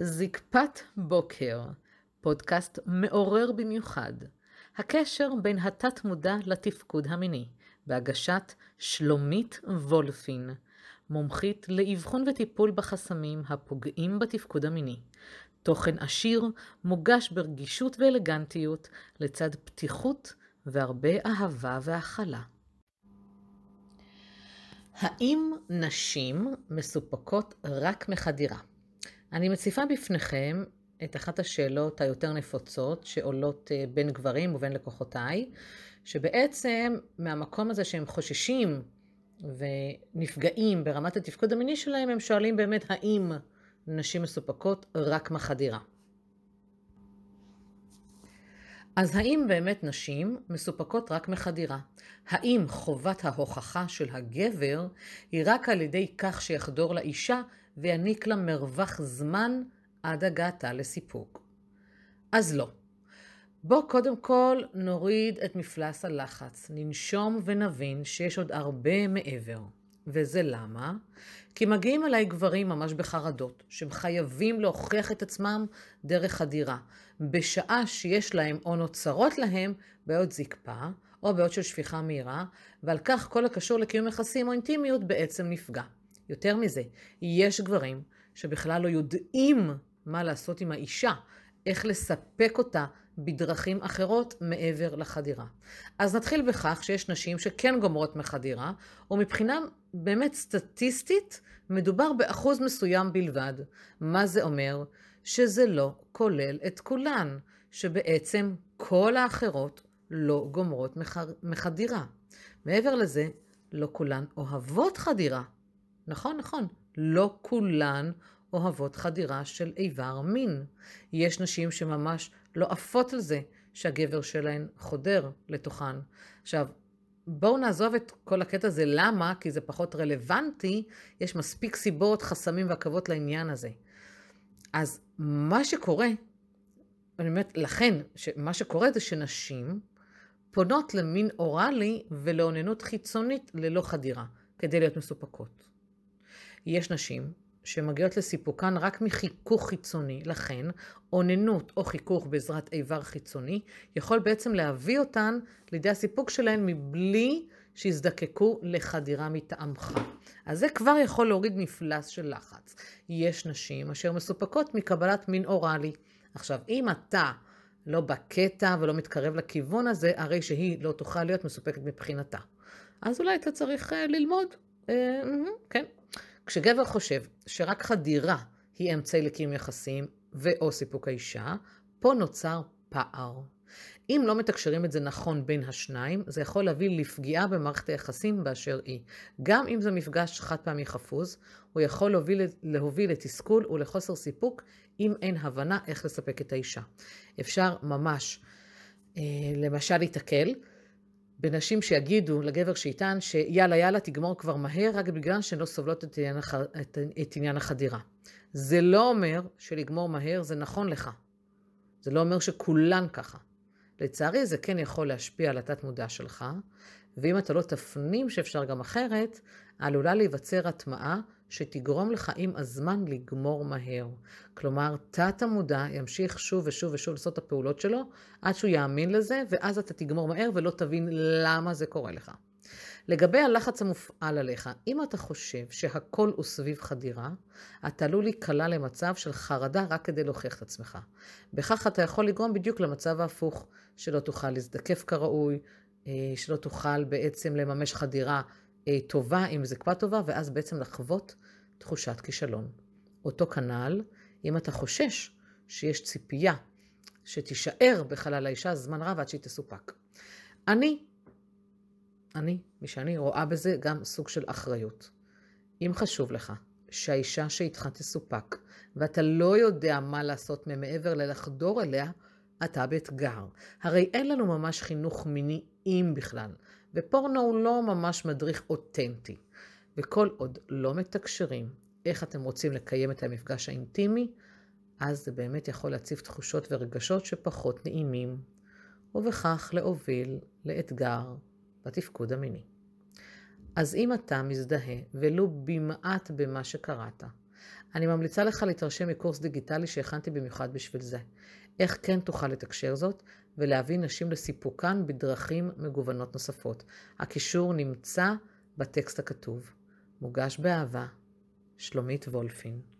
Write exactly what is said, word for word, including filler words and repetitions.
זקפת בוקר, פודקאסט מעורר במיוחד. הקשר בין התת מודע לתפקוד המיני, בהגשת שלומית וולפין, מומחית לאבחון וטיפול בחסמים הפוגעים בתפקוד המיני. תוכן עשיר, מוגש ברגישות ואלגנטיות, לצד פתיחות והרבה אהבה והכלה. האם נשים מסופקות רק מחדירה? אני מציפה בפניכם את אחת השאלות היותר נפוצות שעולות בין גברים ובין לקוחותיי, שבעצם מהמקום הזה שהם חוששים ונפגעים ברמת התפקוד המיני שלהם, הם שואלים באמת האם נשים מסופקות רק מחדירה. אז האם באמת נשים מסופקות רק מחדירה? האם חובת ההוכחה של הגבר היא רק על ידי כך שיחדור לאישה ויעניק לה מרווח זמן עד הגעתה לסיפוק? אז לא. בוא קודם כל נוריד את מפלס הלחץ, ננשום ונבין שיש עוד הרבה מעבר. וזה למה? כי מגיעים אליי גברים ממש בחרדות, שהם חייבים להוכיח את עצמם דרך חדירה, בשעה שיש להם או נוצרות להם בעיות זקפה, או בעיות של שפיכה מהירה, ועל כך כל הקשור לקיום יחסים או אינטימיות בעצם נפגע. יותר מזה, יש גברים שבכלל לא יודעים מה לעשות עם האישה, איך לספק אותה בדרכים אחרות מעבר לחדירה. אז נתחיל בכך שיש נשים שכן גומרות מחדירה, ומבחינה באמת סטטיסטית מדובר באחוז מסוים בלבד. מה זה אומר? שזה לא כולל את כולן, שבעצם כל האחרות לא גומרות מחדירה. מעבר לזה, לא כולן אוהבות חדירה. נכון, נכון. לא כולן אוהבות חדירה של איבר מין. יש נשים שממש לא עפות על זה שהגבר שלהן חודר לתוכן. עכשיו, בואו נעזוב את כל הקטע הזה. למה? כי זה פחות רלוונטי. יש מספיק סיבות, חסמים ועכבות לעניין הזה. אז מה שקורה, אני אומרת, לכן, מה שקורה זה שנשים פונות למין אורלי ולעוננות חיצונית ללא חדירה, כדי להיות מסופקות. יש נשים שמגיעות לסיפוקן רק מחיכוך חיצוני, לכן עוננות או חיכוך בעזרת איבר חיצוני יכול בעצם להביא אותן לידי הסיפוק שלהן מבלי שיזדקקו לחדירה מטעמך. אז זה כבר יכול להוריד מפלס של לחץ. יש נשים אשר מסופקות מקבלת מין אורלי. עכשיו, אם אתה לא בקטע ולא מתקרב לכיוון הזה, הרי שהיא לא תוכל להיות מסופקת מבחינתה. אז אולי אתה צריך uh, ללמוד. Uh, כן. כשגבר חושב שרק חדירה היא אמצעי לקיום יחסים ואו סיפוק האישה, פה נוצר פער. אם לא מתקשרים את זה נכון בין השניים, זה יכול להביא לפגיעה במערכת היחסים באשר היא. גם אם זה מפגש חד פעמי חפוז, הוא יכול להוביל, להוביל לתסכול ולחוסר סיפוק אם אין הבנה איך לספק את האישה. אפשר ממש, אה, למשל, להתקל בנשים שיגידו לגבר שאיתן שיאללה יאללה תגמור כבר מהר רק בגלל שהן לא סובלות את עניין, הח... את... את עניין החדירה. זה לא אומר שלגמור מהר זה נכון לך. זה לא אומר שכולן ככה. לצערי זה כן יכול להשפיע על התת מודע שלך, ואם אתה לא תפנים שאפשר גם אחרת, עלולה להיווצר הטמעה שתגרום לך עם הזמן לגמור מהר. כלומר, תת המודע ימשיך שוב ושוב ושוב לעשות את הפעולות שלו, עד שהוא יאמין לזה, ואז אתה תגמור מהר ולא תבין למה זה קורה לך. לגבי הלחץ המופעל עליך, אם אתה חושב שהכל הוא סביב חדירה, אתה עלול להיקלע למצב של חרדה רק כדי להוכיח את עצמך. בכך אתה יכול לגרום בדיוק למצב ההפוך, שלא תוכל להזדקף כראוי, שלא תוכל בעצם לממש חדירה טובה עם זקפה טובה, ואז בעצם לחוות תחושת כישלון. אותו כנ"ל, אם אתה חושש שיש ציפייה שתישאר בחלל האישה זמן רב עד שהיא תסופק. אני, אני, מי שאני רואה בזה גם סוג של אחריות. אם חשוב לך שהאישה שאיתך תסופק, ואתה לא יודע מה לעשות מעבר ללחדור אליה, אתה באתגר. הרי אין לנו ממש חינוך מיני אם בכלל, ופורנו הוא לא ממש מדריך אותנטי. וכל עוד לא מתקשרים איך אתם רוצים לקיים את המפגש האינטימי, אז זה באמת יכול להציף תחושות ורגשות שפחות נעימים, ובכך להוביל לאתגר בתפקוד המיני. אז אם אתה מזדהה ולו במעט במה שקראת, אני ממליצה לך להתרשם מקורס דיגיטלי שהכנתי במיוחד בשביל זה. איך כן תוכל לתקשר זאת ולהביא נשים לסיפוקן בדרכים מגוונות נוספות. הקישור נמצא בטקסט הכתוב. מוגש באהבה, שלומית וולפין.